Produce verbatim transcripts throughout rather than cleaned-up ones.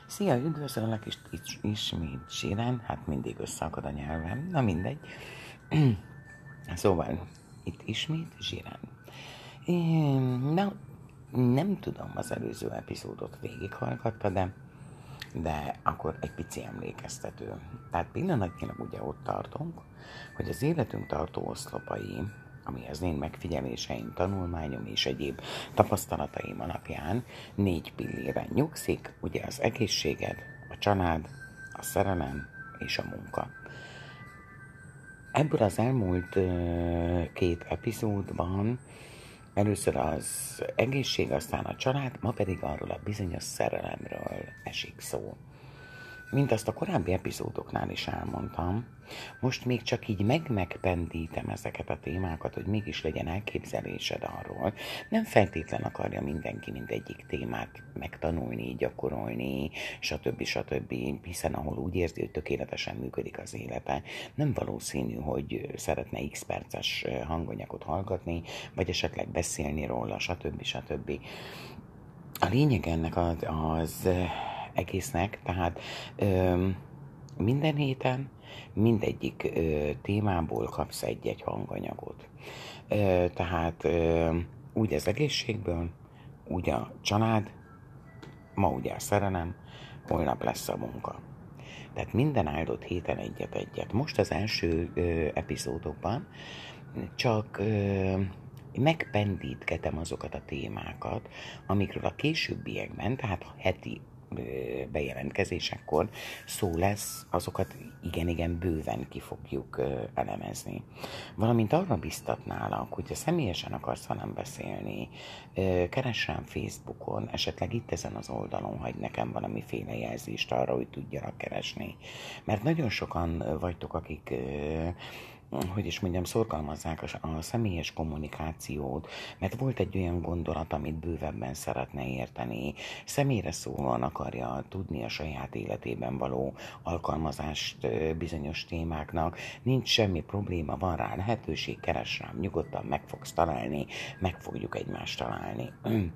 Szia, üdvözöllek is, is, ismét Zsiren, hát mindig összeakad a nyelvem, na mindegy. Szóval, itt ismét Zsiren. Én, na, nem tudom, az előző epizódot végighallgatta, de, de akkor egy pici emlékeztető. Tehát pillanatnyilag ugye ott tartunk, hogy az életünk tartó oszlopai, ami az én megfigyeléseim, tanulmányom és egyéb tapasztalataim alapján négy pilléren nyugszik, ugye az egészséged, a család, a szerelem és a munka. Ebből az elmúlt uh, két epizódban először az egészség, aztán a család, ma pedig arról a bizonyos szerelemről esik szó. Mint azt a korábbi epizódoknál is elmondtam, most még csak így meg-megpendítem ezeket a témákat, hogy mégis legyen elképzelésed arról. Nem feltétlen akarja mindenki mindegyik témát megtanulni, gyakorolni, stb. stb. Hiszen ahol úgy érzi, hogy tökéletesen működik az élete, nem valószínű, hogy szeretne x perces hanganyagot hallgatni, vagy esetleg beszélni róla, stb. stb. A lényeg ennek az, az egésznek, tehát ö, minden héten mindegyik ö, témából kapsz egy-egy hanganyagot. Ö, tehát ö, úgy az egészségből, úgy a család, ma ugye a szerelem, holnap lesz a munka. Tehát minden áldott héten egyet-egyet. Most az első ö, epizódokban csak ö, megpendítgetem azokat a témákat, amikről a későbbiekben, tehát a heti bejelentkezésekkor szó lesz, azokat igen-igen bőven ki fogjuk elemezni. Valamint arra biztatnálak, hogyha személyesen akarsz velem beszélni, keress rám Facebookon, esetleg itt ezen az oldalon hagy nekem valamiféle jelzést arra, hogy tudjanak keresni. Mert nagyon sokan vagytok, akik hogy is mondjam, szorgalmazzák a, a személyes kommunikációt, mert volt egy olyan gondolat, amit bővebben szeretne érteni, személyre szólóan akarja tudni a saját életében való alkalmazást bizonyos témáknak, nincs semmi probléma, van rá lehetőség, keres rám, nyugodtan meg fogsz találni, meg fogjuk egymást találni.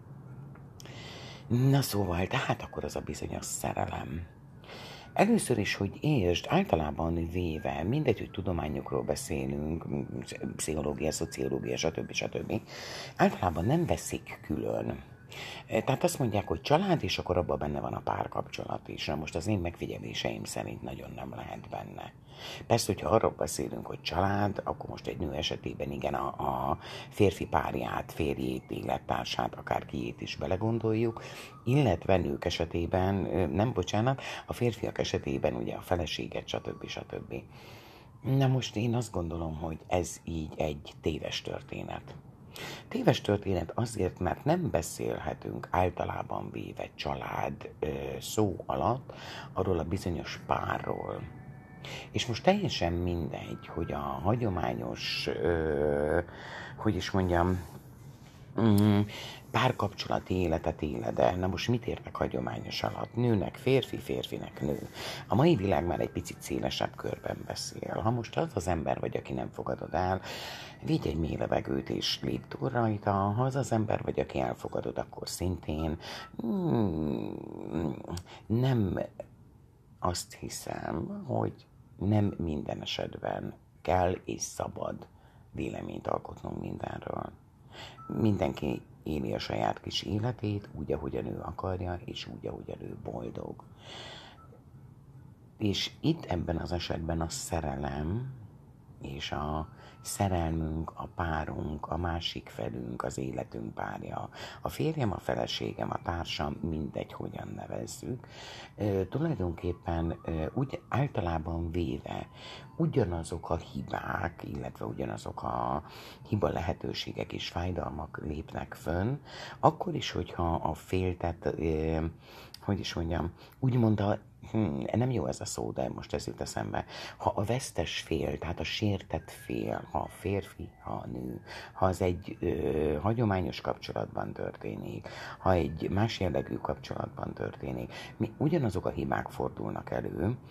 Na szóval, tehát akkor az a bizonyos szerelem. Először is, hogy értsd, általában véve, mindegy, hogy tudományokról beszélünk, pszichológia, szociológia, stb. stb. Általában nem veszik külön. Tehát azt mondják, hogy család, és akkor abban benne van a párkapcsolat is. Na most az én megfigyeléseim szerint nagyon nem lehet benne. Persze, hogyha arról beszélünk, hogy család, akkor most egy nő esetében igen, a, a férfi párját, férjét, élettársát, akár kiét is belegondoljuk, illetve nők esetében, nem bocsánat, a férfiak esetében ugye a feleséget, stb. stb. Na most én azt gondolom, hogy ez így egy téves történet. Téves történet azért, mert nem beszélhetünk általában véve család szó alatt arról a bizonyos párról. És most teljesen mindegy, hogy a hagyományos, ö, hogy is mondjam, mm, párkapcsolati életet éled el. Na most mit értek hagyományos alatt? Nőnek férfi, férfinek nő. A mai világ már egy picit szélesebb körben beszél. Ha most az az ember vagy, aki nem fogadod el, vigy egy mély levegőt és lépj túl rajta. Ha az az ember vagy, aki elfogadod, akkor szintén mm, nem azt hiszem, hogy nem minden esetben kell és szabad véleményt alkotnunk mindenről. Mindenki éli a saját kis életét, úgy, ahogyan ő akarja, és úgy, ahogyan ő boldog. És itt ebben az esetben a szerelem és a szerelmünk, a párunk, a másik felünk, az életünk párja, a férjem, a feleségem, a társam, mindegy, hogyan nevezzük, e, tulajdonképpen e, úgy általában véve ugyanazok a hibák, illetve ugyanazok a hiba lehetőségek és fájdalmak lépnek fönn, akkor is, hogyha a féltet, e, hogy is mondjam, úgymond a Hmm, nem jó ez a szó, de most ez jut eszembe. Ha a vesztes fél, tehát a sértett fél, ha a férfi, ha a nő, ha az egy ö, hagyományos kapcsolatban történik, ha egy más jellegű kapcsolatban történik, mi, ugyanazok a hibák fordulnak elő,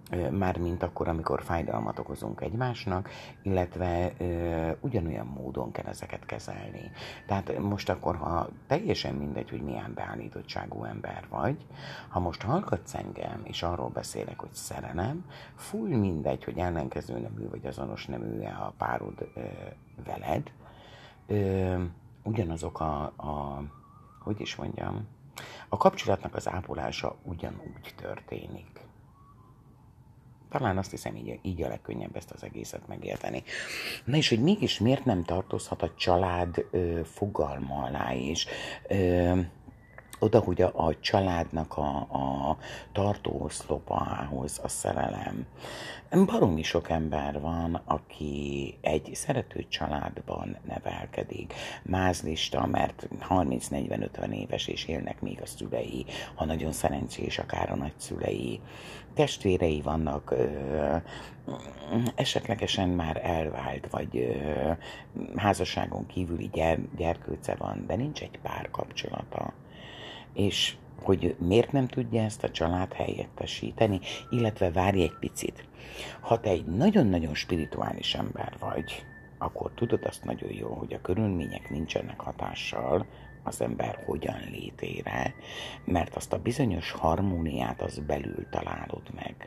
mármint akkor, amikor fájdalmat okozunk egymásnak, illetve ö, ugyanolyan módon kell ezeket kezelni. Tehát most akkor, ha teljesen mindegy, hogy milyen beállítottságú ember vagy, ha most hallgatsz engem, és arról beszélek, hogy szerelem, full mindegy, hogy ellenkező nemű vagy azonos nemű a párod ö, veled, ö, ugyanazok a, a, hogy is mondjam, a kapcsolatnak az ápolása ugyanúgy történik. Talán azt hiszem, így, így a legkönnyebb ezt az egészet megérteni. Na és hogy mégis miért nem tartozhat a család ö, fogalma alá is, ö, oda, hogy a, a családnak a, a tartóoszlopához a szerelem. Baromi sok ember van, aki egy szerető családban nevelkedik, mázlista, mert harminc negyven ötven éves és élnek még a szülei, ha nagyon szerencsés, akár a nagyszülei. Testvérei vannak, ö, esetlegesen már elvált, vagy ö, házasságon kívüli gyere, gyerkőce van, de nincs egy párkapcsolata. És hogy miért nem tudja ezt a család helyettesíteni, illetve várj egy picit. Ha te egy nagyon-nagyon spirituális ember vagy, akkor tudod azt nagyon jó, hogy a körülmények nincsenek hatással az ember hogyan létére, mert azt a bizonyos harmóniát az belül találod meg.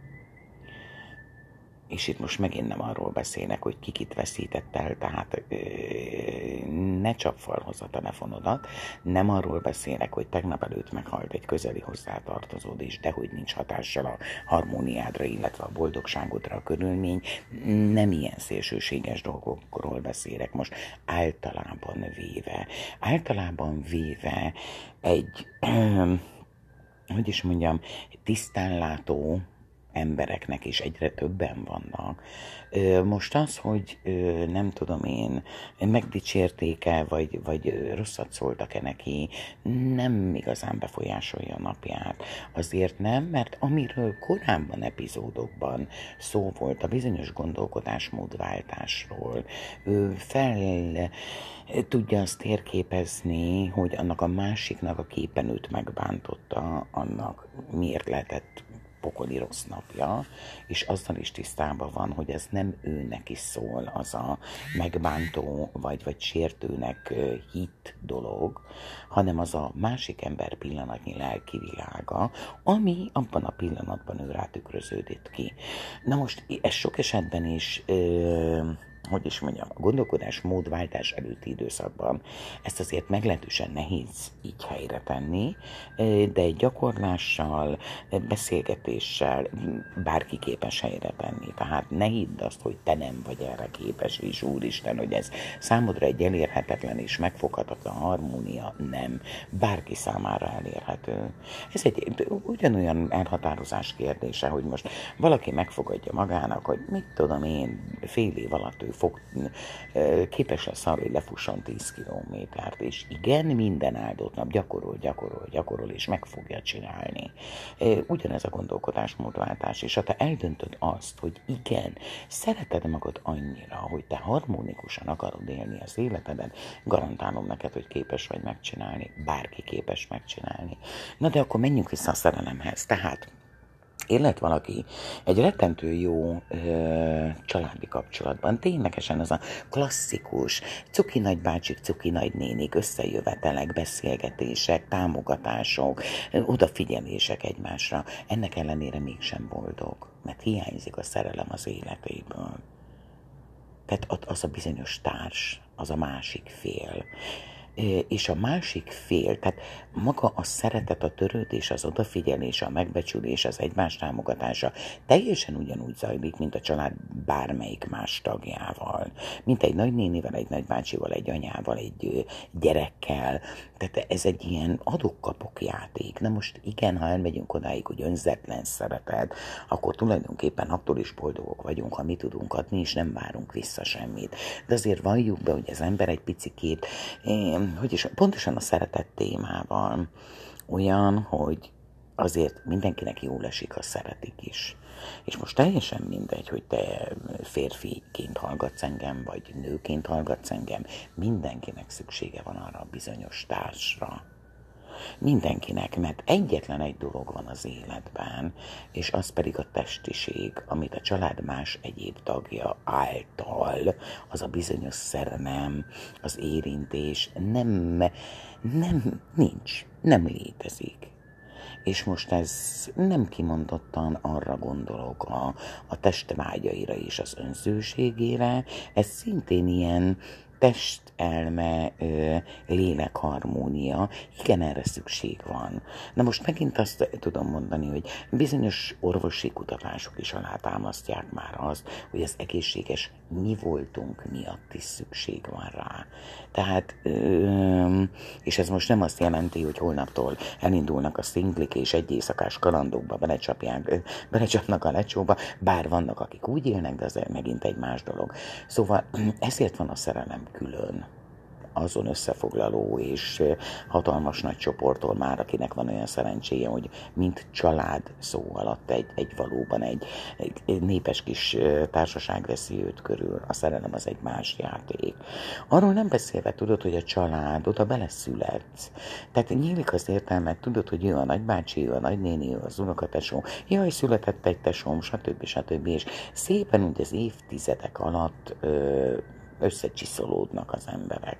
És itt most megint nem arról beszélnek, hogy kikit veszített el, tehát ö, ne csap falhoz a telefonodat, nem arról beszélnek, hogy tegnap előtt meghalt egy közeli hozzátartozód, és dehogy nincs hatással a harmóniádra, illetve a boldogságodra a körülmény, nem ilyen szélsőséges dolgokról beszélek most, általában véve. Általában véve egy, ö, hogy is mondjam, tisztánlátó embereknek is egyre többen vannak. Most az, hogy nem tudom én, megdicsérték-e, vagy, vagy rosszat szóltak-e neki, nem igazán befolyásolja a napját. Azért nem, mert amiről korábban epizódokban szó volt, a bizonyos gondolkodásmódváltásról, ő fel tudja azt térképezni, hogy annak a másiknak a képen őt megbántotta, annak miért lehetett pokoli rossz napja, és azzal is tisztában van, hogy ez nem őnek is szól, az a megbántó vagy, vagy sértőnek hit dolog, hanem az a másik ember pillanatnyi lelki világa, ami abban a pillanatban ő rátükröződött ki. Na most ez sok esetben is ö, hogy is mondjam, a gondolkodás módváltás előtti időszakban ezt azért meglehetősen nehéz így helyre tenni, de egy gyakorlással, beszélgetéssel bárki képes helyre tenni. Tehát ne hidd azt, hogy te nem vagy erre képes, és úristen, hogy ez számodra egy elérhetetlen és megfoghatatlan harmónia, nem. Bárki számára elérhető. Ez egy ugyanolyan elhatározás kérdése, hogy most valaki megfogadja magának, hogy mit tudom én, fél év alatt ő fog, képes lesz arra, hogy lefusson tíz kilométert, és igen, minden áldott nap gyakorol, gyakorol, gyakorol, és meg fogja csinálni. Ugyanez a gondolkodásmódváltás, és ha te eldöntöd azt, hogy igen, szereted magad annyira, hogy te harmonikusan akarod élni az életedet, garantálom neked, hogy képes vagy megcsinálni, bárki képes megcsinálni. Na de akkor menjünk vissza a szerelemhez. Tehát élet valaki egy rettentő jó ö, családi kapcsolatban, ténylegesen az a klasszikus cuki nagybácsik, cuki nagynénik, összejövetelek, beszélgetések, támogatások, odafigyelések egymásra, ennek ellenére mégsem boldog, mert hiányzik a szerelem az életéből. Tehát az a bizonyos társ, az a másik fél. És a másik fél, tehát maga a szeretet, a törődés, az odafigyelés, a megbecsülés, az egymás támogatása teljesen ugyanúgy zajlik, mint a család bármelyik más tagjával. Mint egy nagynénivel, egy nagybácsival, egy anyával, egy gyerekkel. Tehát ez egy ilyen adok-kapok játék. Na most igen, ha elmegyünk odáig, hogy önzetlen szeretet, akkor tulajdonképpen attól is boldogok vagyunk, ha mi tudunk adni, és nem várunk vissza semmit. De azért valljuk be, hogy az ember egy picikét, hogy is, pontosan a szeretet témával olyan, hogy azért mindenkinek jól esik, ha szeretik is. És most teljesen mindegy, hogy te férfiként hallgatsz engem, vagy nőként hallgatsz engem, mindenkinek szüksége van arra a bizonyos társra, Mindenkinek, mert egyetlen egy dolog van az életben, és az pedig a testiség, amit a család más egyéb tagja által, az a bizonyos szerelem, az érintés nem, nem, nincs, nem létezik. És most ez nem kimondottan arra gondolok a, a testvágyaira és az önzőségére, ez szintén ilyen test-elme, lélek harmónia, igen, erre szükség van. Na most megint azt tudom mondani, hogy bizonyos orvosi kutatások is alátámasztják már azt, hogy az egészséges mi voltunk miatt is szükség van rá. Tehát, és ez most nem azt jelenti, hogy holnaptól elindulnak a szinglik és egy éjszakás kalandokba belecsapják, belecsapnak a lecsóba, bár vannak, akik úgy élnek, de az megint egy más dolog. Szóval ezért van a szerelem külön, azon összefoglaló és hatalmas nagy csoporttól már, akinek van olyan szerencséje, hogy mint család szó alatt egy, egy valóban egy, egy népes kis társaság veszi őt körül. A szerelem az egy más játék. Arról nem beszélve tudod, hogy a család, oda beleszületsz. Tehát nyílik az értelmet, tudod, hogy ő a nagybácsi, ő a nagynéni, ő az unokatesó, jaj, született egy tesóm, stb. stb. És szépen úgy az évtizedek alatt ö, összecsiszolódnak az emberek.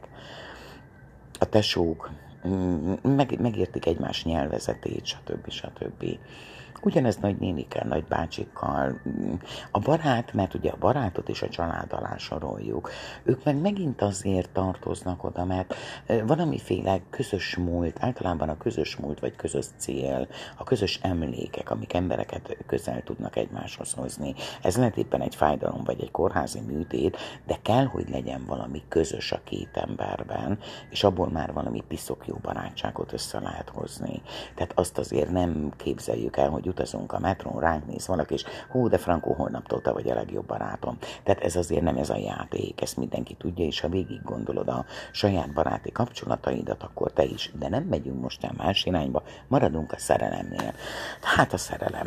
A tesók meg, megértik egymás nyelvezetét, stb. stb. Ugyanez nagynénikkel, nagybácsikkal. A barát, mert ugye a barátot és a család alá soroljuk, ők meg megint azért tartoznak oda, mert valamiféle közös múlt, általában a közös múlt vagy közös cél, a közös emlékek, amik embereket közel tudnak egymáshoz hozni. Ez lehet éppen egy fájdalom vagy egy kórházi műtét, de kell, hogy legyen valami közös a két emberben, és abból már valami piszok jó barátságot össze lehet hozni. Tehát azt azért nem képzeljük el, hogy utazunk a metrón, ránk néz valaki, és hú, de Frankó, holnaptól te vagy a legjobb barátom. Tehát ez azért nem ez a játék, ezt mindenki tudja, és ha végig gondolod a saját baráti kapcsolataidat, akkor te is. De nem megyünk most el más irányba, maradunk a szerelemnél. Tehát a szerelem.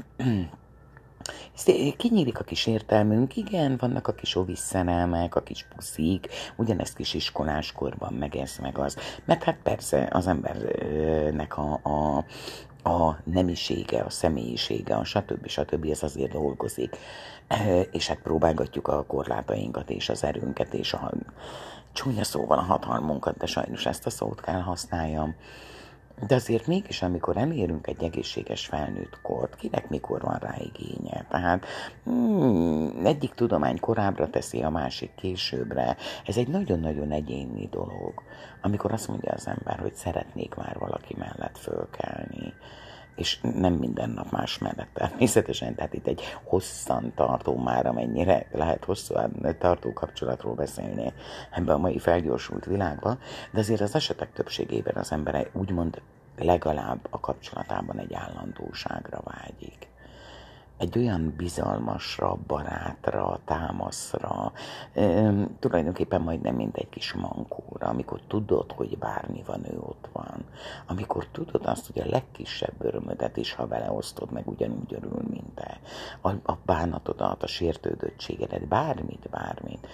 Kinyílik a kis értelmünk, igen, vannak a kis ovis szerelmek, a kis puszik, ugyanezt kis iskoláskorban meg ez, meg az. Mert hát persze az embernek a, a a nemisége, a személyisége, a stb. stb. Ez azért dolgozik. És hát próbálgatjuk a korlátainkat és az erőnket és a csúnya szóval a hatalmunkat, de sajnos ezt a szót kell használjam. De azért mégis, amikor elérünk egy egészséges felnőtt kort, kinek mikor van rá igénye? Tehát hmm, egyik tudomány korábbra teszi, a másik későbbre. Ez egy nagyon-nagyon egyéni dolog, amikor azt mondja az ember, hogy szeretnék már valaki mellett fölkelni. És nem minden nap más mellett természetesen, tehát itt egy hosszan tartó már, amennyire lehet hosszúan tartó kapcsolatról beszélni ebben a mai felgyorsult világban, de azért az esetek többségében az ember úgymond legalább a kapcsolatában egy állandóságra vágyik. Egy olyan bizalmasra, barátra, támaszra, üm, tulajdonképpen majdnem mint egy kis mankóra, amikor tudod, hogy bármi van, ő ott van. Amikor tudod azt, hogy a legkisebb örömödet is, ha vele osztod meg, ugyanúgy örül, mint te. A, a bánatodat, a sértődöttségedet, bármit, bármit.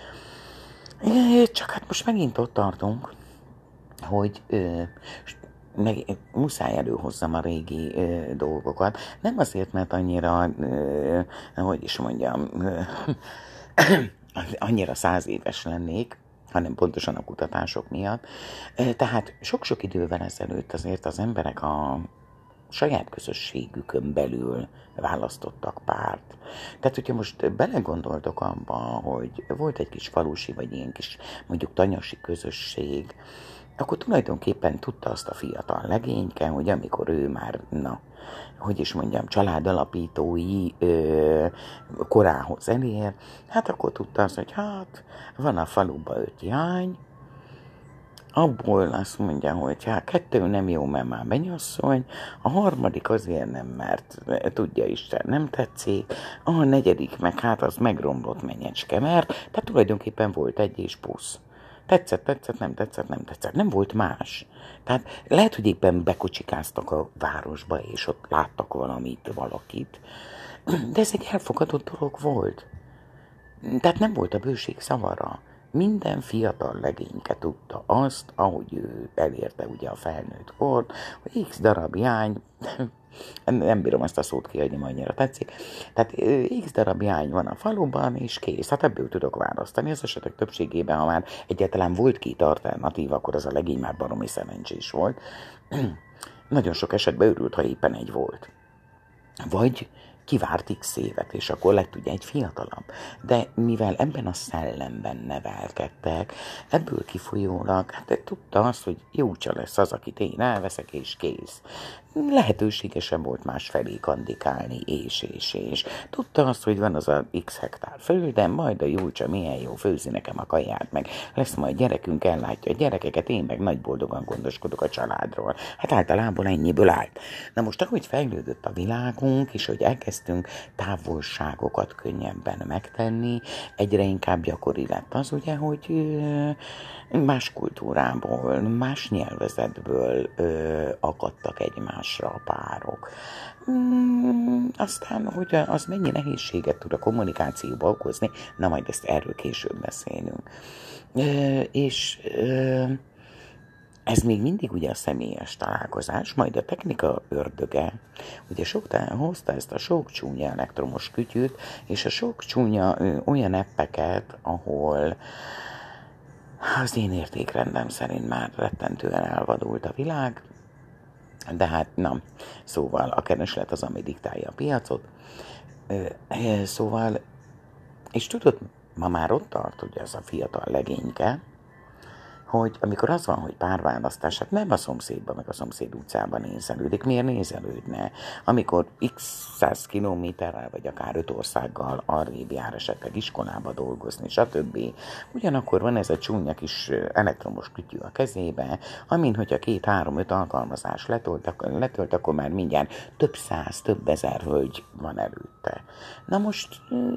Csak hát most megint ott tartunk, hogy... Ö, meg muszáj előhozzam a régi ö, dolgokat. Nem azért, mert annyira, ö, hogy is mondjam, ö, annyira száz éves lennék, hanem pontosan a kutatások miatt. Tehát sok-sok idővel ezelőtt azért az emberek a saját közösségükön belül választottak párt. Tehát, hogyha most belegondoltok abba, hogy volt egy kis falusi, vagy ilyen kis, mondjuk tanyasi közösség, akkor tulajdonképpen tudta azt a fiatal legényke, hogy amikor ő már, na, hogy is mondjam, családalapítói ö, korához elér, hát akkor tudta azt, hogy hát van a faluba öt jány, abból azt mondja, hogy hát kettő nem jó, mert már mennyasszony, a harmadik azért nem, mert tudja Isten, nem tetszik, a negyedik meg hát az megromlott menyecske, mert tehát tulajdonképpen volt egy és plusz. Tetszett, tetszett, nem tetszett, nem tetszett. Nem volt más. Tehát lehet, hogy éppen bekocsikáztak a városba, és ott láttak valamit, valakit. De ez egy elfogadott dolog volt. Tehát nem volt a bőség szavara. Minden fiatal legényke tudta azt, ahogy ő elérte ugye a felnőtt kort, hogy x darab jány, nem bírom ezt a szót kiadni, majd annyira tetszik, tehát x darab jány van a faluban, és kész. Hát ebből tudok választani. Az esetek többségében, ha már egyáltalán volt két alternatív, akkor az a legény már baromi szerencsés volt. Nagyon sok esetben örült, ha éppen egy volt. Vagy kivárt x évet, és akkor lett ugye egy fiatalabb. De mivel ebben a szellemben nevelkedtek, ebből kifolyólag, hát tudta azt, hogy jócsa lesz az, akit én elveszek, és kész. Lehetősége sem volt más felé kandikálni, és, és, és. Tudta azt, hogy van az a x hektár földem, majd a jócsa milyen jó főzi nekem a kaját, meg lesz majd gyerekünk, ellátja a gyerekeket, én meg nagy boldogan gondoskodok a családról. Hát általában ennyiből állt. Na most, ahogy fejlődött a világunk, és hogy elkezdtünk távolságokat könnyebben megtenni, egyre inkább gyakori lett az, ugye, hogy más kultúrából, más nyelvezetből ö, akadtak egymásra a párok. Mm, aztán, hogy az mennyi nehézséget tud a kommunikációba okozni, na majd ezt erről később beszélünk. Ö, és ö, ez még mindig ugye a személyes találkozás, majd a technika ördöge, ugye sok hozta ezt a sok csúnya elektromos kütyűt, és a sok csúnya ö, olyan appeket, ahol az én értékrendem szerint már rettentően elvadult a világ, de hát na, szóval a kereslet az, ami diktálja a piacot. Szóval, és tudod, ma már ott tart ugye az a fiatal legényke, hogy amikor az van, hogy párválasztás, hát nem a szomszédban, meg a szomszéd utcában nézelődik, miért nézelődne? Amikor x száz kilométerrel, vagy akár öt országgal arrébb jár esetleg iskolába dolgozni, stb. Ugyanakkor van ez a csúnya kis elektromos kütyű a kezébe, amin, hogyha két-három-öt alkalmazás letölt, letölt, akkor már mindjárt több száz, több ezer hölgy van előtte. Na most...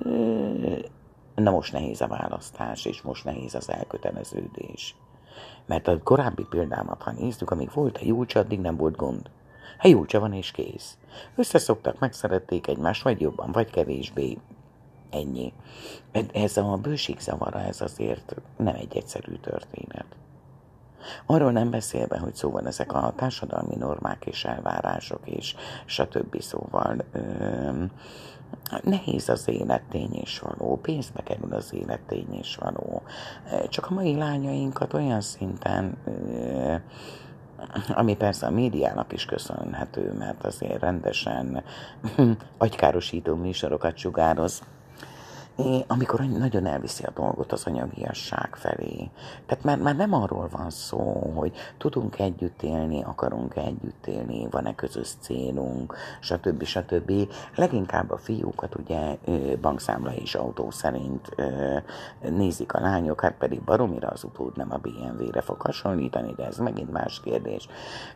Na most nehéz a választás, és most nehéz az elköteleződés. Mert a korábbi példámat, ha néztük, amíg volt a Júlcsa, addig nem volt gond. Ha Júlcsa van és kész. Összeszoktak, megszerették egymást, vagy jobban, vagy kevésbé. Ennyi. Ez a bőségzavara, ez azért nem egy egyszerű történet. Arról nem beszélve, hogy szóval ezek a társadalmi normák és elvárások és stb. Szóval ö, nehéz az élet, tény és való, pénzbe kerül az élet, tény és való. Csak a mai lányainkat olyan szinten, ö, ami persze a médiának is köszönhető, mert azért rendesen agykárosító műsorokat sugároz, amikor nagyon elviszi a dolgot az anyagiasság felé. Tehát már, már nem arról van szó, hogy tudunk együtt élni, akarunk együtt élni, van-e közös célunk, stb. stb. Leginkább a fiúkat ugye bankszámla és autó szerint nézik a lányok, hát pedig baromira az utód nem a bé em vé-re fog hasonlítani, de ez megint más kérdés.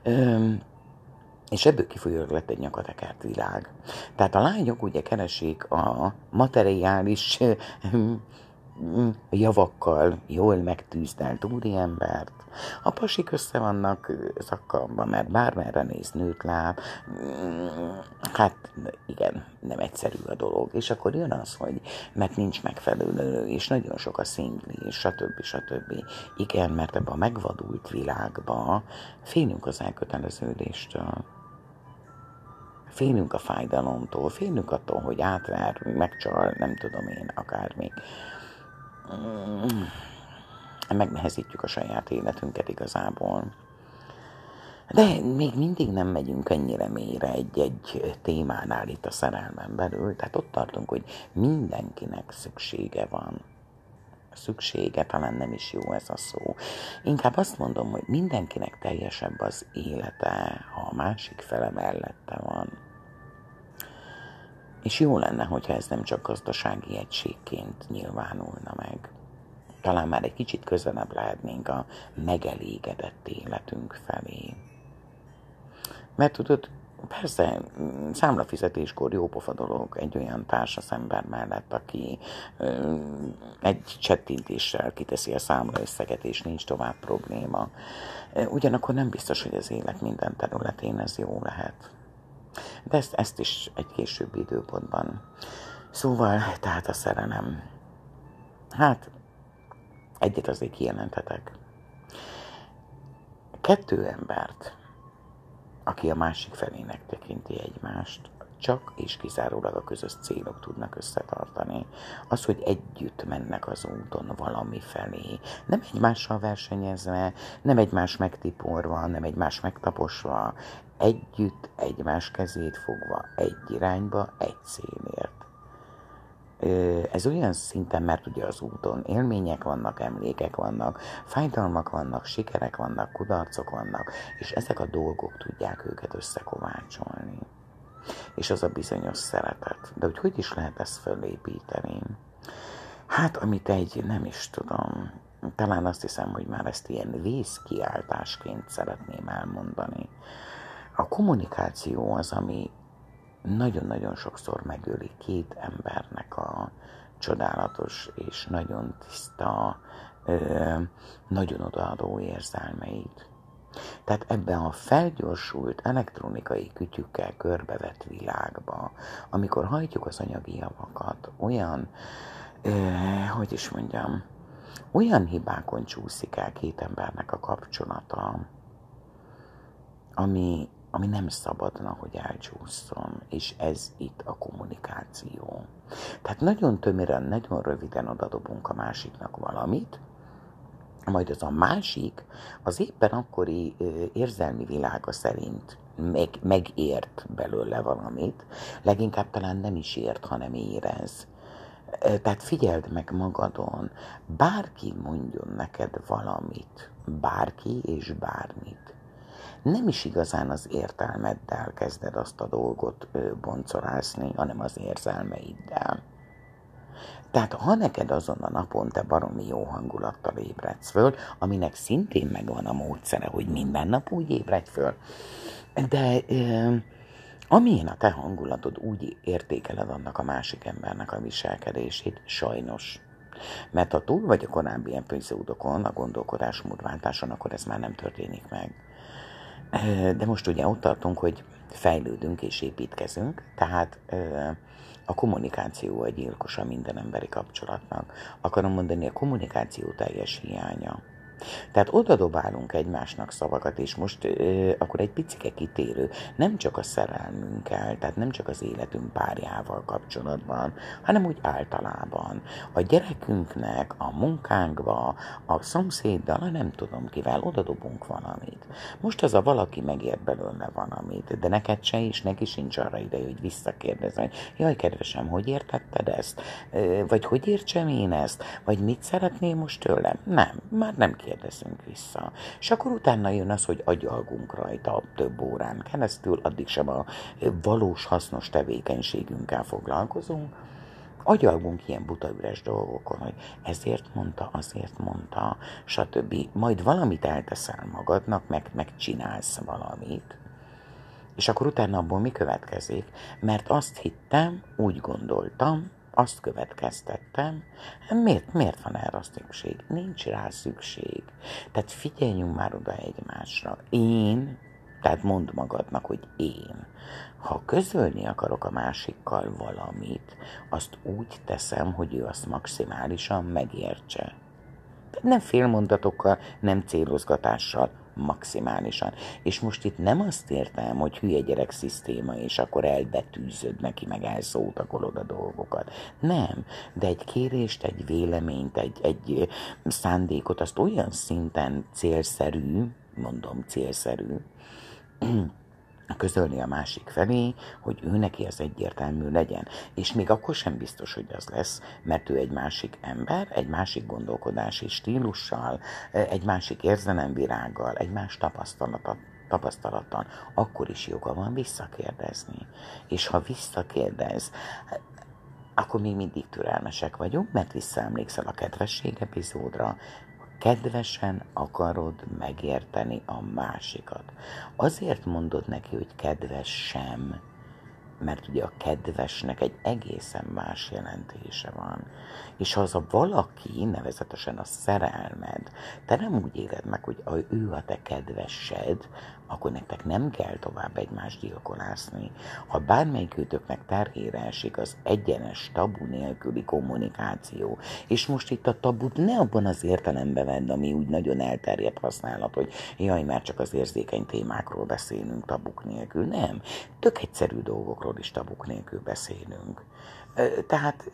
És ebből kifolyólag lett egy nyakatekert világ. Tehát a lányok ugye keresik a materiális javakkal jól megtűzdelt úriembert. A pasik össze vannak szakkamban, mert bármerre néz, nőt lát. Hát igen, nem egyszerű a dolog. És akkor jön az, hogy mert nincs megfelelő, és nagyon sok a szingli, és stb. stb. Igen, mert ebben a megvadult világban félünk az elköteleződéstől. Félünk a fájdalomtól, félünk attól, hogy átver, megcsal, nem tudom én, akármik. Megnehezítjük a saját életünket igazából. De még mindig nem megyünk ennyire mélyre egy-egy témánál itt a szerelmen belül, tehát ott tartunk, hogy mindenkinek szüksége van. Szüksége, talán nem is jó ez a szó. Inkább azt mondom, hogy mindenkinek teljesebb az élete, ha a másik fele mellette van. És jó lenne, hogyha ez nem csak gazdasági egységként nyilvánulna meg. Talán már egy kicsit közelebb lehetnénk a megelégedett életünk felé. Mert tudod, persze, számlafizetéskor jópofa dolog egy olyan társas ember mellett, aki ö, egy csettintéssel kiteszi a számlaösszeget, és nincs tovább probléma. Ugyanakkor nem biztos, hogy az élet minden területén ez jó lehet. De ezt, ezt is egy későbbi időpontban. Szóval, tehát a szerelem. Hát, Egyet azért kijelenthetek. Kettő embert, aki a másik felének tekinti egymást, csak és kizárólag a közös célok tudnak összetartani. Az, hogy együtt mennek az úton valami felé, nem egymással versenyezve, nem egymás megtiporva, nem egymás megtaposva, együtt egymás kezét fogva, egy irányba, egy célért. Ez olyan szinten, mert ugye az úton élmények vannak, emlékek vannak, fájdalmak vannak, sikerek vannak, kudarcok vannak, és ezek a dolgok tudják őket összekovácsolni. És az a bizonyos szeretet. De hogy hogy is lehet ezt fölépíteni? Hát, amit egy, nem is tudom, talán azt hiszem, hogy már ezt ilyen vészkiáltásként szeretném elmondani. A kommunikáció az, ami nagyon-nagyon sokszor megöli két embernek a csodálatos és nagyon tiszta, nagyon odaadó érzelmeit. Tehát ebben a felgyorsult elektronikai kütyükkel körbevett világba, amikor hajtjuk az anyagi javakat, olyan, hogy is mondjam, olyan hibákon csúszik el két embernek a kapcsolata, ami ami nem szabadna, hogy elcsúszson, és ez itt a kommunikáció. Tehát nagyon tömören, nagyon röviden odadobunk a másiknak valamit, majd az a másik az éppen akkori érzelmi világa szerint meg, megért belőle valamit, leginkább talán nem is ért, hanem érez. Tehát figyeld meg magadon, bárki mondjon neked valamit, bárki és bármit. Nem is igazán az értelmeddel kezded azt a dolgot boncorászni, hanem az érzelmeiddel. Tehát ha neked azon a napon te baromi jó hangulattal ébredsz föl, aminek szintén megvan a módszere, hogy minden nap úgy ébredj föl, de ö, amilyen a te hangulatod, úgy értékeled annak a másik embernek a viselkedését, sajnos. Mert ha túl vagy a korábbi epizódokon, a gondolkodásmódváltáson, akkor ez már nem történik meg. De most ugye ott tartunk, hogy fejlődünk és építkezünk, tehát a kommunikáció a gyilkosa minden emberi kapcsolatnak. Akarom mondani, a kommunikáció teljes hiánya. Tehát oda dobálunk egymásnak szavakat, és most ö, akkor egy picike kitérő, nem csak a szerelmünkkel, tehát nem csak az életünk párjával kapcsolatban, hanem úgy általában. A gyerekünknek, a munkánkba, a szomszéddal, nem tudom kivel, oda dobunk valamit. Most az a valaki megért belőle valamit, de neked se is, neki sincs arra ideje, hogy visszakérdezz, hogy jaj, kedvesem, hogy értetted ezt? Vagy hogy értsem én ezt? Vagy mit szeretnél most tőlem? Nem, már nem kérdezünk vissza. És akkor utána jön az, hogy agyalgunk rajta több órán keresztül, addig sem a valós hasznos tevékenységünkkel foglalkozunk, agyalgunk ilyen buta üres dolgokon, hogy ezért mondta, azért mondta, stb. Majd valamit elteszel magadnak, meg, meg csinálsz valamit, és akkor utána abból mi következik? Mert azt hittem, úgy gondoltam, azt következtettem, miért, miért van erre szükség? Nincs rá szükség. Tehát figyeljünk már oda egymásra. Én, tehát mondd magadnak, hogy én, ha közölni akarok a másikkal valamit, azt úgy teszem, hogy ő azt maximálisan megértse. Nem félmondatokkal, nem célozgatással, maximálisan. És most itt nem azt értem, hogy hülye gyerek szisztéma, és akkor elbetűzöd neki, meg elszótakolod a dolgokat. Nem, de egy kérést, egy véleményt, egy, egy szándékot, azt olyan szinten célszerű, mondom célszerű, közölni a másik felé, hogy ő neki az egyértelmű legyen. És még akkor sem biztos, hogy az lesz, mert ő egy másik ember, egy másik gondolkodási stílussal, egy másik érzelemvirággal, egy más tapasztalatot, tapasztalattal, akkor is joga van visszakérdezni. És ha visszakérdez, akkor még mindig türelmesek vagyunk, mert visszaemlékszel a kedvesség epizódra, kedvesen akarod megérteni a másikat. Azért mondod neki, hogy kedves sem, mert ugye a kedvesnek egy egészen más jelentése van. És ha az a valaki, nevezetesen a szerelmed, te nem úgy éled meg, hogy ő a te kedvesed, akkor nektek nem kell tovább egymást gyilkolászni. Ha bármelyikőtöknek terhére esik az egyenes, tabu nélküli kommunikáció, és most itt a tabut ne abban az értelemben vedd, ami úgy nagyon elterjedt használat, hogy jaj, már csak az érzékeny témákról beszélünk tabuk nélkül. Nem, tök egyszerű dolgokról is tabuk nélkül beszélünk. Tehát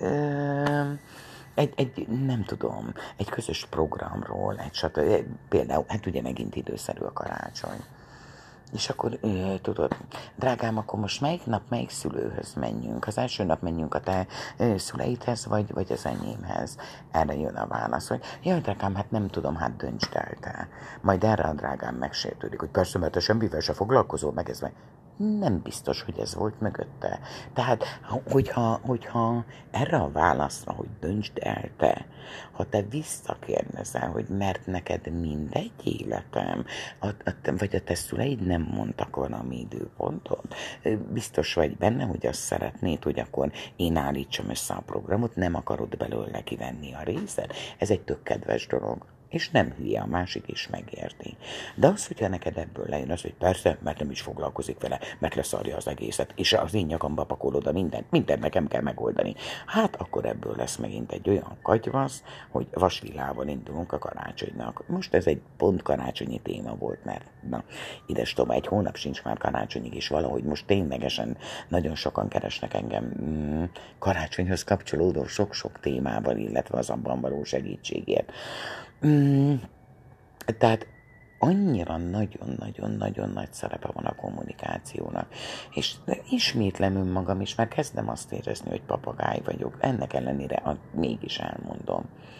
egy, egy, nem tudom, egy közös programról, egy stb. Például, hát ugye megint időszerű a karácsony. És akkor tudod, drágám, akkor most melyik nap, melyik szülőhöz menjünk? Az első nap menjünk a te szüleidhez, vagy, vagy az enyémhez? Erre jön a válasz, hogy jaj, drágám, hát nem tudom, hát döntsd el te. Majd erre a drágám megsértődik, hogy persze, mert te semmivel se foglalkozol, meg ez meg. Nem biztos, hogy ez volt mögötte. Tehát, hogyha, hogyha erre a válaszra, hogy döntsd el te, ha te visszakérdezel, hogy mert neked mindegy életem, a, a, vagy a te szüleid nem mondtak valami időpontot, biztos vagy benne, hogy azt szeretnéd, hogy akkor én állítsam össze a programot, nem akarod belőle kivenni a részed. Ez egy tök kedves dolog. És nem hülye, a másik is megérti. De az, hogyha neked ebből lejön az, hogy persze, mert nem is foglalkozik vele, mert leszarja az egészet, és az én nyakamba pakolod a mindent, mindent nekem kell megoldani. Hát akkor ebből lesz megint egy olyan katyvasz, hogy vasvillával indulunk a karácsonynak. Most ez egy pont karácsonyi téma volt, mert na, ides tovább, egy hónap sincs már karácsonyig, és valahogy most ténylegesen nagyon sokan keresnek engem mm, karácsonyhoz kapcsolódó sok-sok témával, illetve az abban való segítségért. Mm, tehát annyira nagyon-nagyon-nagyon nagy szerepe van a kommunikációnak. És ismétlem önmagam is, mert kezdem azt érezni, hogy papagáj vagyok. Ennek ellenére a, mégis elmondom.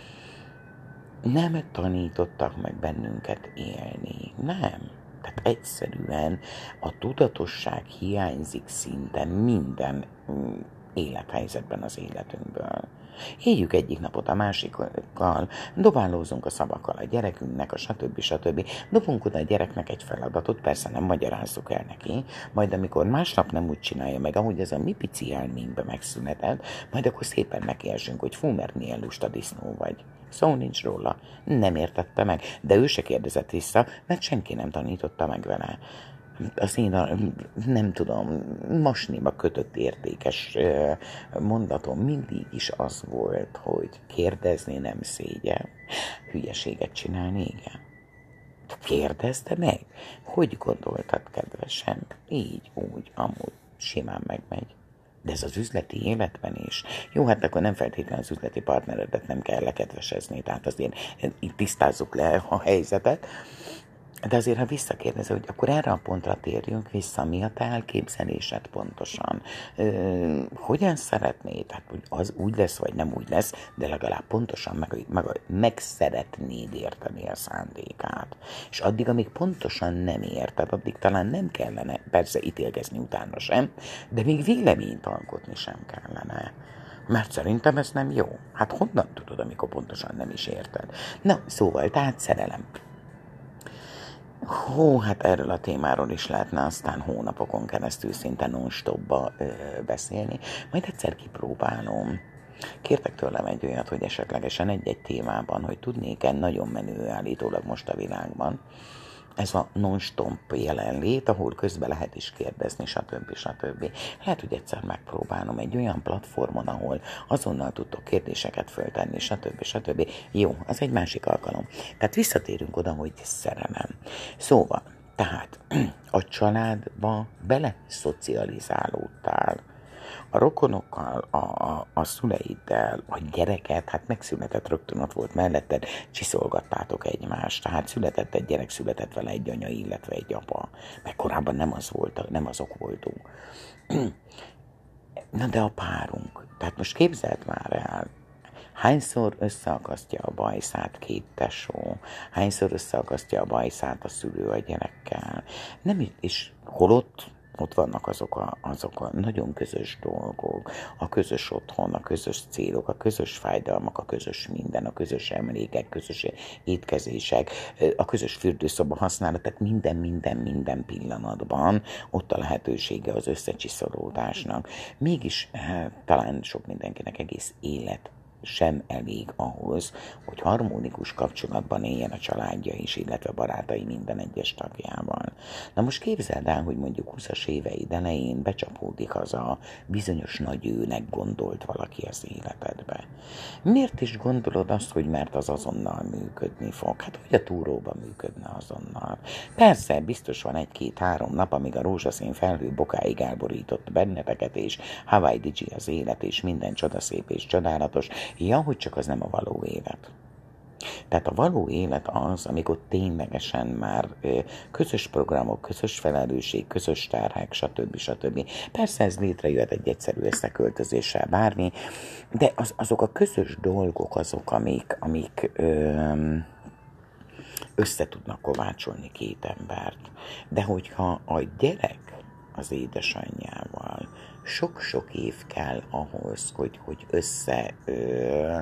Nem tanítottak meg bennünket élni. Nem. Tehát egyszerűen a tudatosság hiányzik szinte minden élethelyzetben az életünkből. Éljük egyik napot a másikkal, dobálózunk a szavakkal a gyerekünknek, a stb. stb. Dobunk oda a gyereknek egy feladatot, persze nem magyarázzuk el neki, majd amikor másnap nem úgy csinálja meg, ahogy ez a mi pici elménkbe megszünetelt, majd akkor szépen nekiesünk, hogy fú, mert milyen lusta disznó vagy. Szó nincs róla, nem értette meg, de ő se kérdezett vissza, mert senki nem tanította meg vele. Az én a, nem tudom, masnéba kötött értékes mondatom mindig is az volt, hogy kérdezni nem szégyen, hülyeséget csinálni igen. Kérdezte meg? Hogy gondoltad, kedvesen? Így, úgy, amúgy, simán megmegy. De ez az üzleti életben is. Jó, hát akkor nem feltétlenül az üzleti partneredet nem kell lekedvesezni, tehát azért itt tisztázzuk le a helyzetet. De azért, ha visszakérdezel, hogy akkor erre a pontra térjünk vissza, mi a te elképzelésed pontosan? Ö, hogyan szeretnéd? Hát, hogy az úgy lesz, vagy nem úgy lesz, de legalább pontosan meg, meg, meg szeretnéd érteni a szándékát. És addig, amíg pontosan nem érted, addig talán nem kellene, persze ítélkezni utána sem, de még véleményt alkotni sem kellene. Mert szerintem ez nem jó. Hát honnan tudod, amikor pontosan nem is érted? Na, szóval, tehát szerelem. Hó, hát erről a témáról is lehetne aztán hónapokon keresztül szinte non-stopba ö, beszélni. Majd egyszer kipróbálom. Kértek tőlem egy olyat, hogy esetlegesen egy-egy témában, hogy tudnék-e nagyon menő állítólag most a világban. Ez a non-stop jelenlét, ahol közben lehet is kérdezni, stb. stb. Lehet, hogy egyszer megpróbálom egy olyan platformon, ahol azonnal tudtok kérdéseket föltenni, stb. stb. Jó, az egy másik alkalom. Tehát visszatérünk oda, hogy szerelem. Szóval, tehát a családba beleszocializálódtál. A rokonokkal, a, a, a szüleiddel, a gyereket, hát megszületett, rögtön ott volt melletted, csiszolgattátok egymást. Tehát született egy gyerek, született vele egy anya, illetve egy apa. Mert korábban nem, az volt, nem azok voltunk. Na de a párunk. Tehát most képzeld már el, hányszor összeakasztja a bajszát két tesó, hányszor összeakasztja a bajszát a szülő a gyerekkel. Nem is holott, ott vannak azok a, azok a nagyon közös dolgok, a közös otthon, a közös célok, a közös fájdalmak, a közös minden, a közös emlékek, közös étkezések, a közös fürdőszoba használat, tehát minden, minden, minden pillanatban ott a lehetősége az összecsiszolódásnak. Mégis talán sok mindenkinek egész élet sem elég ahhoz, hogy harmonikus kapcsolatban éljen a családja is, illetve barátai minden egyes tagjával. Na most képzeld el, hogy mondjuk húszas éveid elején becsapódik az a bizonyos nagy őnek gondolt valaki az életedbe. Miért is gondolod azt, hogy mert az azonnal működni fog? Hát hogy a túróba működne azonnal? Persze, biztos van egy-két-három nap, amíg a rózsaszín felhő bokáig elborított benneteket, és Hawaii Digi az élet, és minden csodaszép és csodálatos. Ja, hogy csak az nem a való élet. Tehát a való élet az, amikor ténylegesen már közös programok, közös felelősség, közös terhek, stb. stb. Persze ez létrejöhet egy egyszerű összeköltözéssel, bármi, de az, azok a közös dolgok azok, amik, amik ö, össze tudnak kovácsolni két embert. De hogyha a gyerek az édesanyjával sok-sok év kell ahhoz, hogy, hogy össze... Ö,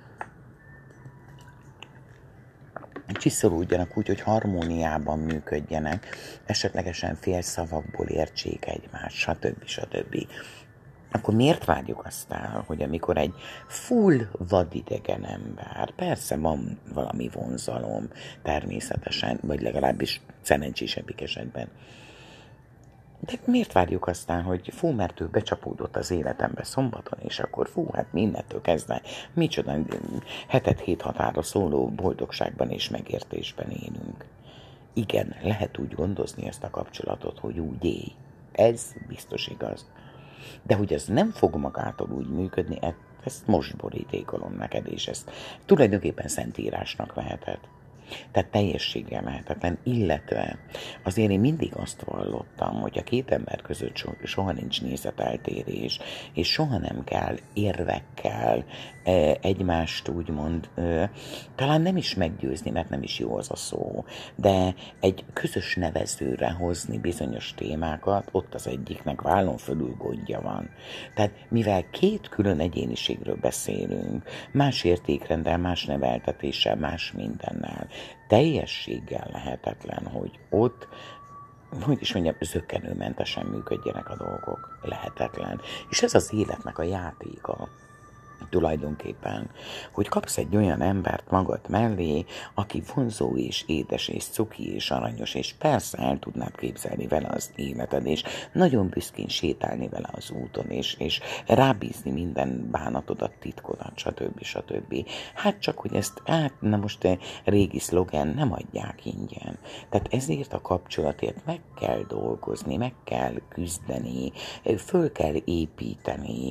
csiszolódjanak úgy, hogy harmóniában működjenek, esetlegesen félszavakból értsék egymást, stb. stb. Akkor miért várjuk azt el, hogy amikor egy full vadidegen ember, persze van valami vonzalom természetesen, vagy legalábbis szerencsésebbik esetben, de miért várjuk aztán, hogy fú, mert ő becsapódott az életembe szombaton, és akkor fú, hát mindentől kezdve micsoda hetet hét határa szóló boldogságban és megértésben élünk. Igen, lehet úgy gondozni ezt a kapcsolatot, hogy úgy élj. Ez biztos igaz. De hogy ez nem fog magától úgy működni, ezt most borítékolom neked, és ezt tulajdonképpen szentírásnak veheted. Tehát teljességgel lehetetlen, illetve azért én mindig azt vallottam, hogy a két ember között soha nincs nézeteltérés, és soha nem kell érvekkel egymást úgymond, talán nem is meggyőzni, mert nem is jó az a szó, de egy közös nevezőre hozni bizonyos témákat, ott az egyiknek vállon fölül gondja van. Tehát mivel két külön egyéniségről beszélünk, más értékrenddel, más neveltetéssel, más mindennel, teljességgel lehetetlen, hogy ott, hogy is mondjam, zökkenőmentesen működjenek a dolgok. Lehetetlen. És ez az életnek a játéka. Tulajdonképpen, hogy kapsz egy olyan embert magad mellé, aki vonzó és édes és cuki és aranyos, és persze el tudnád képzelni vele az életed, és nagyon büszkén sétálni vele az úton, és, és rábízni minden bánatodat, titkodat, stb. stb. Hát csak, hogy ezt, hát na most a régi szlogen, nem adják ingyen. Tehát ezért a kapcsolatért meg kell dolgozni, meg kell küzdeni, föl kell építeni,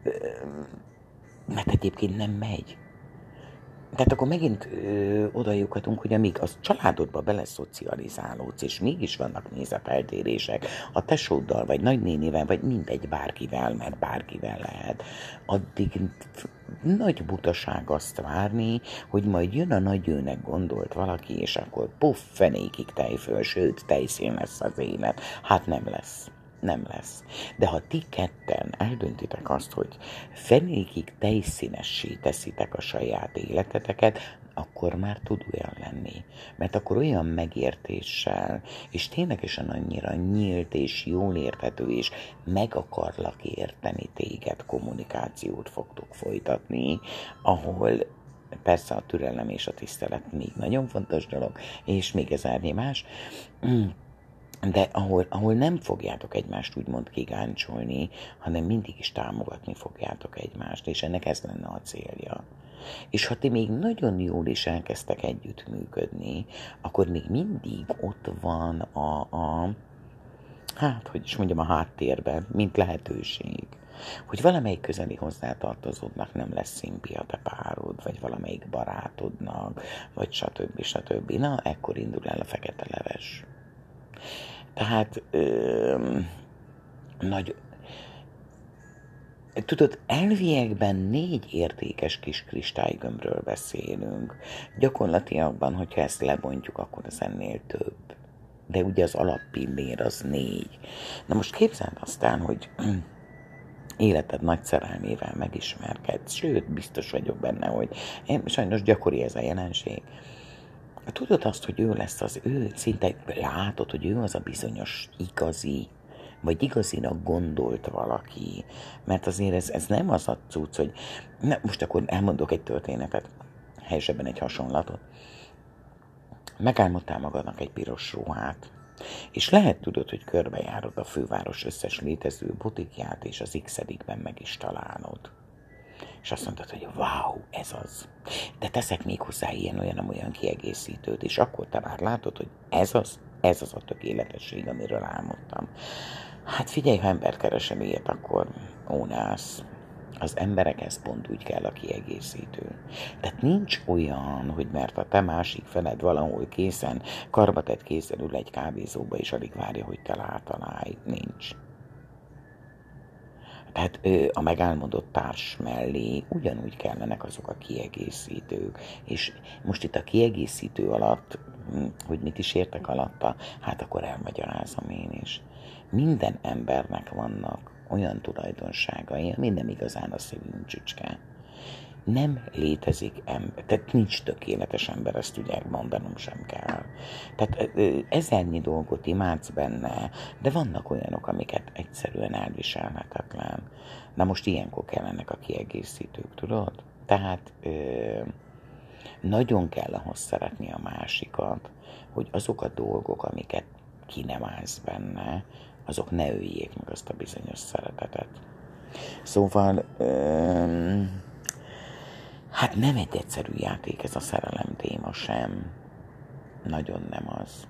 mert egyébként nem megy. Tehát akkor megint ö, oda lyukadunk, hogy amíg az családodba beleszocializálódsz, és mégis vannak nézeteltérések a tesóddal, vagy nagynénivel, vagy mindegy bárkivel, mert bárkivel lehet, addig nagy butaság azt várni, hogy majd jön a nagyőnek gondolt valaki, és akkor puff, fenékig tejföl, sőt, tejszín lesz az élet. Hát nem lesz. Nem lesz. De ha ti ketten eldöntitek azt, hogy fenékig tejszínessé teszitek a saját életeteket, akkor már tud olyan lenni. Mert akkor olyan megértéssel, és ténylegesen annyira nyílt és jól érthető, és meg akarlak érteni téged kommunikációt fogtok folytatni, ahol persze a türelem és a tisztelet még nagyon fontos dolog, és még ezernyi más, de ahol, ahol nem fogjátok egymást úgymond kigáncsolni, hanem mindig is támogatni fogjátok egymást, és ennek ez lenne a célja. És ha ti még nagyon jól is elkezdtek együttműködni, akkor még mindig ott van a, a hát, hogy is mondjam, a háttérben, mint lehetőség, hogy valamelyik közeli hozzátartozódnak nem lesz szimpia te párod, vagy valamelyik barátodnak, vagy stb. stb. Na, ekkor indul el a fekete leves. Tehát ö, nagy... Tudod, elviekben négy értékes kis kristálygömbről beszélünk. Gyakorlatilag, hogyha ezt lebontjuk, akkor az ennél több. De ugye az alappillér az négy. Na most képzeld aztán, hogy életed nagy szerelmével megismerkedsz, sőt, biztos vagyok benne, hogy én, sajnos gyakori ez a jelenség. Tudod azt, hogy ő lesz az, ő szinte látod, hogy ő az a bizonyos igazi, vagy igazinak gondolt valaki, mert azért ez, ez nem az a cucc, hogy na, most akkor elmondok egy történetet, helyesebben egy hasonlatot. Megálmodtál magadnak egy piros ruhát, és lehet tudod, hogy körbejárod a főváros összes létező butikját, és az x-edikben meg is találod. És azt mondtad, hogy wow, ez az. De teszek még hozzá ilyen-olyan-olyan kiegészítőt, és akkor te már látod, hogy ez az, ez az a tökéletesség, amiről álmodtam. Hát figyelj, ha embert keresem ilyet, akkor ónász. Az emberekhez pont úgy kell a kiegészítő. Tehát nincs olyan, hogy mert a te másik feled valahol készen, karbatett kézzel ül egy kávézóba, és alig várja, hogy te látalálj. Nincs. Tehát a megálmodott társ mellé ugyanúgy kellenek azok a kiegészítők. És most itt a kiegészítő alatt, hogy mit is értek alatta, hát akkor elmagyarázom én is. Minden embernek vannak olyan tulajdonságai, ami nem igazán a szívünk csücske. Nem létezik ember, tehát nincs tökéletes ember, ezt ugye mondanom sem kell. Tehát ezernyi dolgot imádsz benne, de vannak olyanok, amiket egyszerűen elviselhetetlen. Na most ilyenkor kellenek a kiegészítők, tudod? Tehát ö, nagyon kell ahhoz szeretni a másikat, hogy azok a dolgok, amiket ki nem állsz benne, azok ne öljék meg azt a bizonyos szeretetet. Szóval... Ö, Hát nem egy egyszerű játék ez a szerelem téma sem. Nagyon nem az.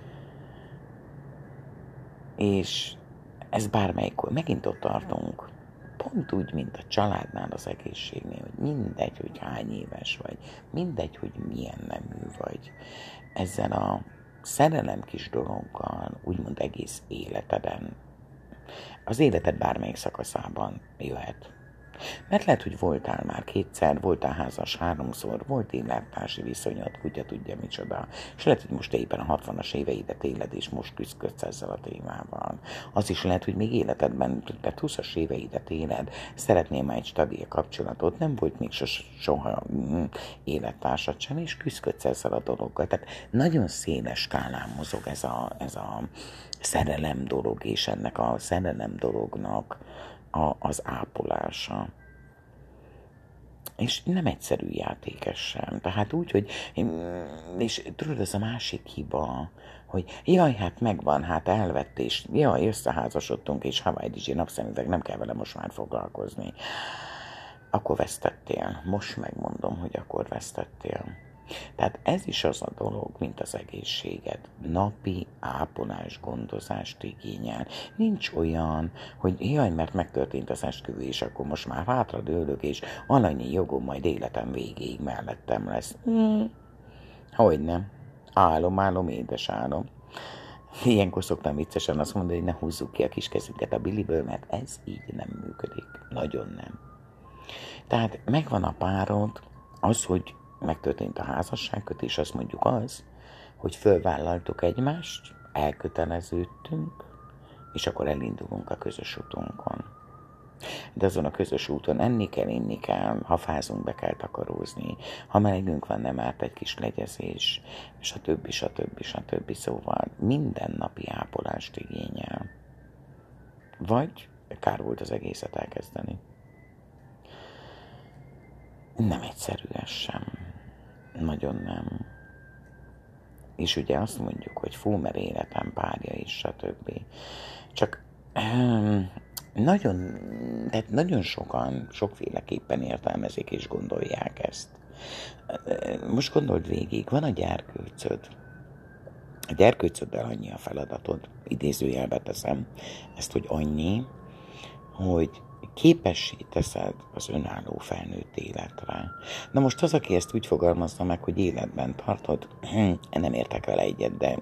És ez bármelyikkor, megint ott tartunk, pont úgy, mint a családnál, az egészségnél, hogy mindegy, hogy hány éves vagy, mindegy, hogy milyen nemű vagy. Ezzel a szerelem kis dologgal, úgymond egész életeden, az életed bármelyik szakaszában jöhet. Mert lehet, hogy voltál már kétszer, voltál házas háromszor, volt élettársi viszonyod, kutya tudja micsoda. És lehet, hogy most éppen a hatvanas éveidet éled, és most küzdködsz ezzel a témával. Az is lehet, hogy még életedben, mert húszas éveidet éled, szeretnél már egy stabil kapcsolatot, nem volt még soha mm, élettársad sem, és küzdködsz ezzel a dologgal. Tehát nagyon széles skálán mozog ez a, ez a szerelem dolog, és ennek a szerelem dolognak A, az ápolása. És nem egyszerű játék ez sem. Tehát úgy, hogy és tudod, ez a másik hiba, hogy jaj, hát megvan, hát elvett, és jaj, összeházasodtunk, és Hawaii dé jé napszemüveg, nem kell vele most már foglalkozni. Akkor vesztettél. Most megmondom, hogy akkor vesztettél. Tehát ez is az a dolog, mint az egészséged. Napi ápolás, gondozást igényel. Nincs olyan, hogy jaj, mert megtörtént az esküvő, és akkor most már hátradőlök, és annyi jogom majd életem végéig mellettem lesz. Hmm. Hogyne. Álom, álom, édes álom. Ilyenkor szoktam viccesen azt mondani, hogy ne húzzuk ki a kis kezünket a biliből, mert ez így nem működik. Nagyon nem. Tehát megvan a párod, az, hogy megtörtént a házasságkötés, azt mondjuk az, hogy fölvállaltuk egymást, elköteleződtünk, és akkor elindulunk a közös utunkon. De azon a közös úton enni kell, inni kell, ha fázunk, be kell takarózni, ha melegünk van, nem árt egy kis legyezés, és a többi, a többi, a többi, szóval mindennapi ápolást igényel. Vagy kár volt az egészet elkezdeni. Nem egyszerű ez sem. Nagyon nem. És ugye azt mondjuk, hogy fú, mert életem párja is, stb. Csak um, nagyon, tehát nagyon sokan, sokféleképpen értelmezik és gondolják ezt. Most gondold végig, van a gyerkőcöd. A gyerkőcöddel annyi a feladatod, idézőjelbe teszem ezt, hogy annyi, hogy képessé teszed az önálló felnőtt életre. Na most az, aki ezt úgy fogalmazza meg, hogy életben tartod, nem értek vele egyet, de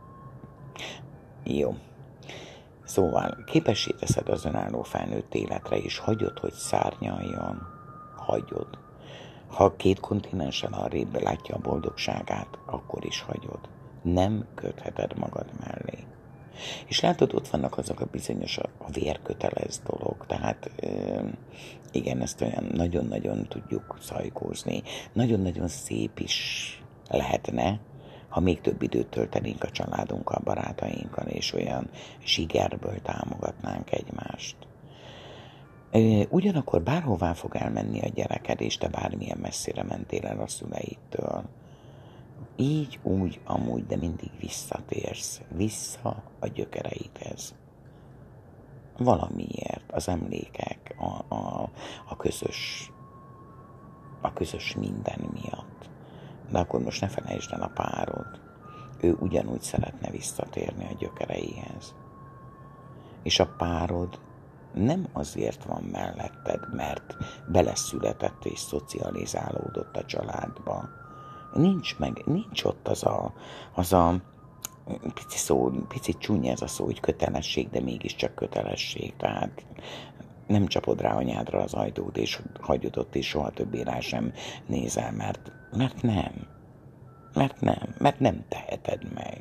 jó. Szóval képessé teszed az önálló felnőtt életre, és hagyod, hogy szárnyaljon. Hagyod. Ha két kontinensen arrébb látja a boldogságát, akkor is hagyod. Nem kötheted magad mellé. És látod, ott vannak azok a bizonyos a vérkötelez dolog, tehát igen, ezt olyan nagyon-nagyon tudjuk szajkózni, nagyon-nagyon szép is lehetne, ha még több időt töltenénk a családunkkal, barátainkkal, és olyan zsigerből támogatnánk egymást. Ugyanakkor bárhová fog elmenni a gyereked, és te bármilyen messzire mentél el a szüleidtől, így, úgy, amúgy, de mindig visszatérsz, vissza a gyökereidhez. Valamiért, az emlékek, a, a, a közös, a közös minden miatt. De akkor most ne felejtsd el a párod. Ő ugyanúgy szeretne visszatérni a gyökereihez. És a párod nem azért van melletted, mert beleszületett és szocializálódott a családba. Nincs meg, nincs ott az a, az a pici szó, picit csúnya ez a szó, hogy kötelesség, de mégiscsak kötelesség. Tehát nem csapod rá anyádra az ajtót, és hagyod ott, és soha többé rá sem nézel, mert, mert nem. Mert nem, mert nem teheted meg.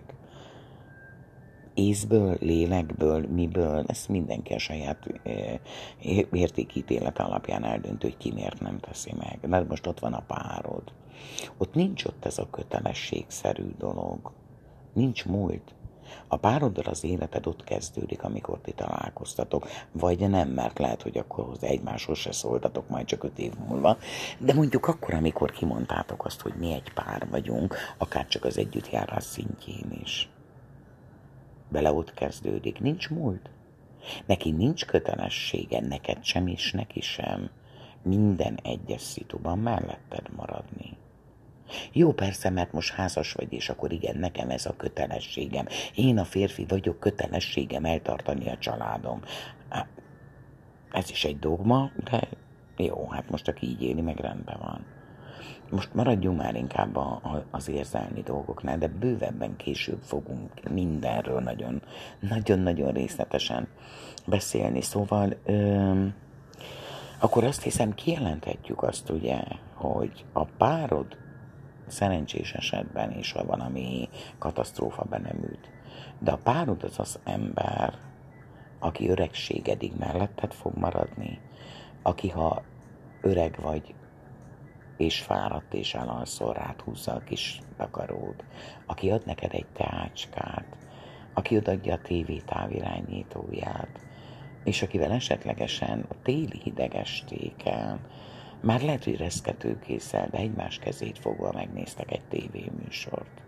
Észből, lélekből, miből, ezt mindenki a saját értékítélet alapján eldöntő, hogy ki miért nem teszi meg. Mert most ott van a párod. Ott nincs ott ez a kötelességszerű dolog. Nincs múlt. A pároddal az életed ott kezdődik, amikor ti találkoztatok, vagy nem, mert lehet, hogy akkor egymáshoz se szóltatok majd csak öt év múlva, de mondjuk akkor, amikor kimondtátok azt, hogy mi egy pár vagyunk, akár csak az együttjárás szintjén is. Bele ott kezdődik. Nincs múlt. Neki nincs kötelessége, neked sem, és neki sem. Minden egyes szituban melletted maradni. Jó, persze, mert most házas vagy, és akkor igen, nekem ez a kötelességem. Én a férfi vagyok, kötelességem eltartani a családom. Ez is egy dogma, de jó, hát most aki így éli, meg rendben van. Most maradjunk már inkább a, a, az érzelmi dolgoknál, de bővebben később fogunk mindenről nagyon, nagyon-nagyon részletesen beszélni. Szóval ö, akkor azt hiszem kijelenthetjük azt ugye, hogy a párod szerencsés esetben is, ha valami katasztrófa be nem üt. De a párod az az ember, aki öregségedig melletted fog maradni, aki ha öreg vagy, és fáradt, és elalszol, rád húzza a kis takaród, aki ad neked egy teácskát, aki odaadja a tévé távirányítóját, és akivel esetlegesen a téli hideg estéken már lehet, hogy reszketőkésszel, de egymás kezét fogva megnéztek egy tévéműsort.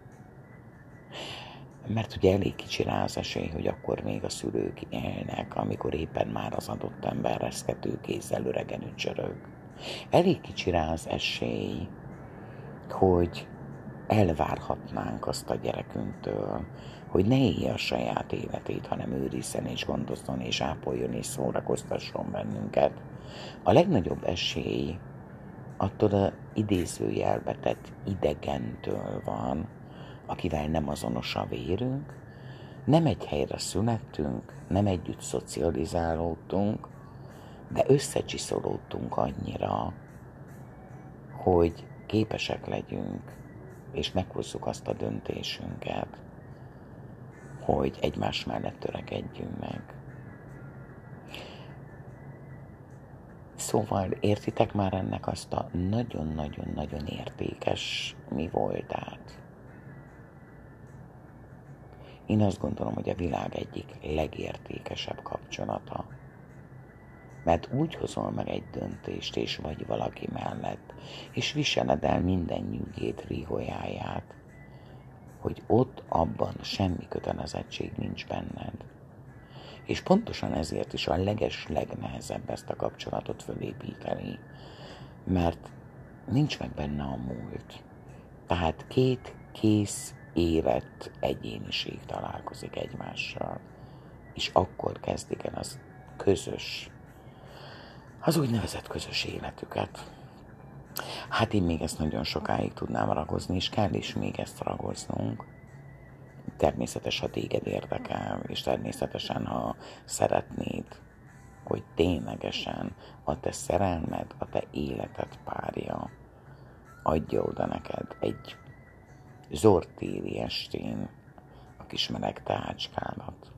Mert ugye elég kicsi rá az esély, hogy akkor még a szülők élnek, amikor éppen már az adott ember reszketőkézzel öregen ücsörög. Elég kicsi rá az esély, hogy elvárhatnánk azt a gyerekünktől, hogy ne élje a saját életét, hanem őrizzen és gondozzon és ápoljon és szórakoztasson bennünket. A legnagyobb esély attól az idézőjelbe tett idegentől van, akivel nem azonos a vérünk, nem egy helyre születtünk, nem együtt szocializálódtunk, de összecsiszolódtunk annyira, hogy képesek legyünk, és meghozzuk azt a döntésünket, hogy egymás mellett törekedjünk meg. Szóval értitek már ennek azt a nagyon-nagyon-nagyon értékes mi voltát? Én azt gondolom, hogy a világ egyik legértékesebb kapcsolata. Mert úgy hozol meg egy döntést, és vagy valaki mellett, és viseled el minden nyugét, riholyáját, hogy ott abban semmi kötelezettség nincs benned. És pontosan ezért is a leges legnehezebb ezt a kapcsolatot fölépíteni, mert nincs meg benne a múlt. Tehát két kész, érett egyéniség találkozik egymással, és akkor kezdik el az közös, az úgynevezett közös életüket. Hát én még ezt nagyon sokáig tudnám ragozni, és kell is még ezt ragoznunk. Természetes, ha téged érdekel, és természetesen, ha szeretnéd, hogy ténylegesen a te szerelmed, a te életed párja adja oda neked egy zortéri estén a kis meleg teácskádat.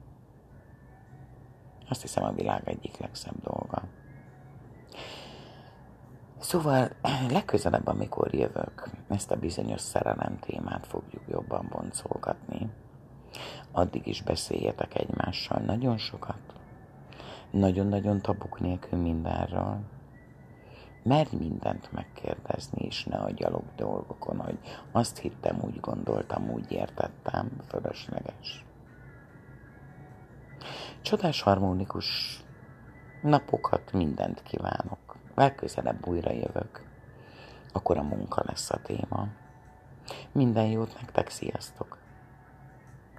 Azt hiszem a világ egyik legszebb dolga. Szóval legközelebb, amikor jövök, ezt a bizonyos szerelem témát fogjuk jobban boncolgatni. Addig is beszéljetek egymással nagyon sokat. Nagyon-nagyon tabuk nélkül mindenről. Merj mindent megkérdezni, és ne a gyalog dolgokon, hogy azt hittem, úgy gondoltam, úgy értettem, fölösleges. Csodás, harmonikus napokat, mindent kívánok. Legközelebb újra jövök, akkor a munka lesz a téma. Minden jót nektek, sziasztok!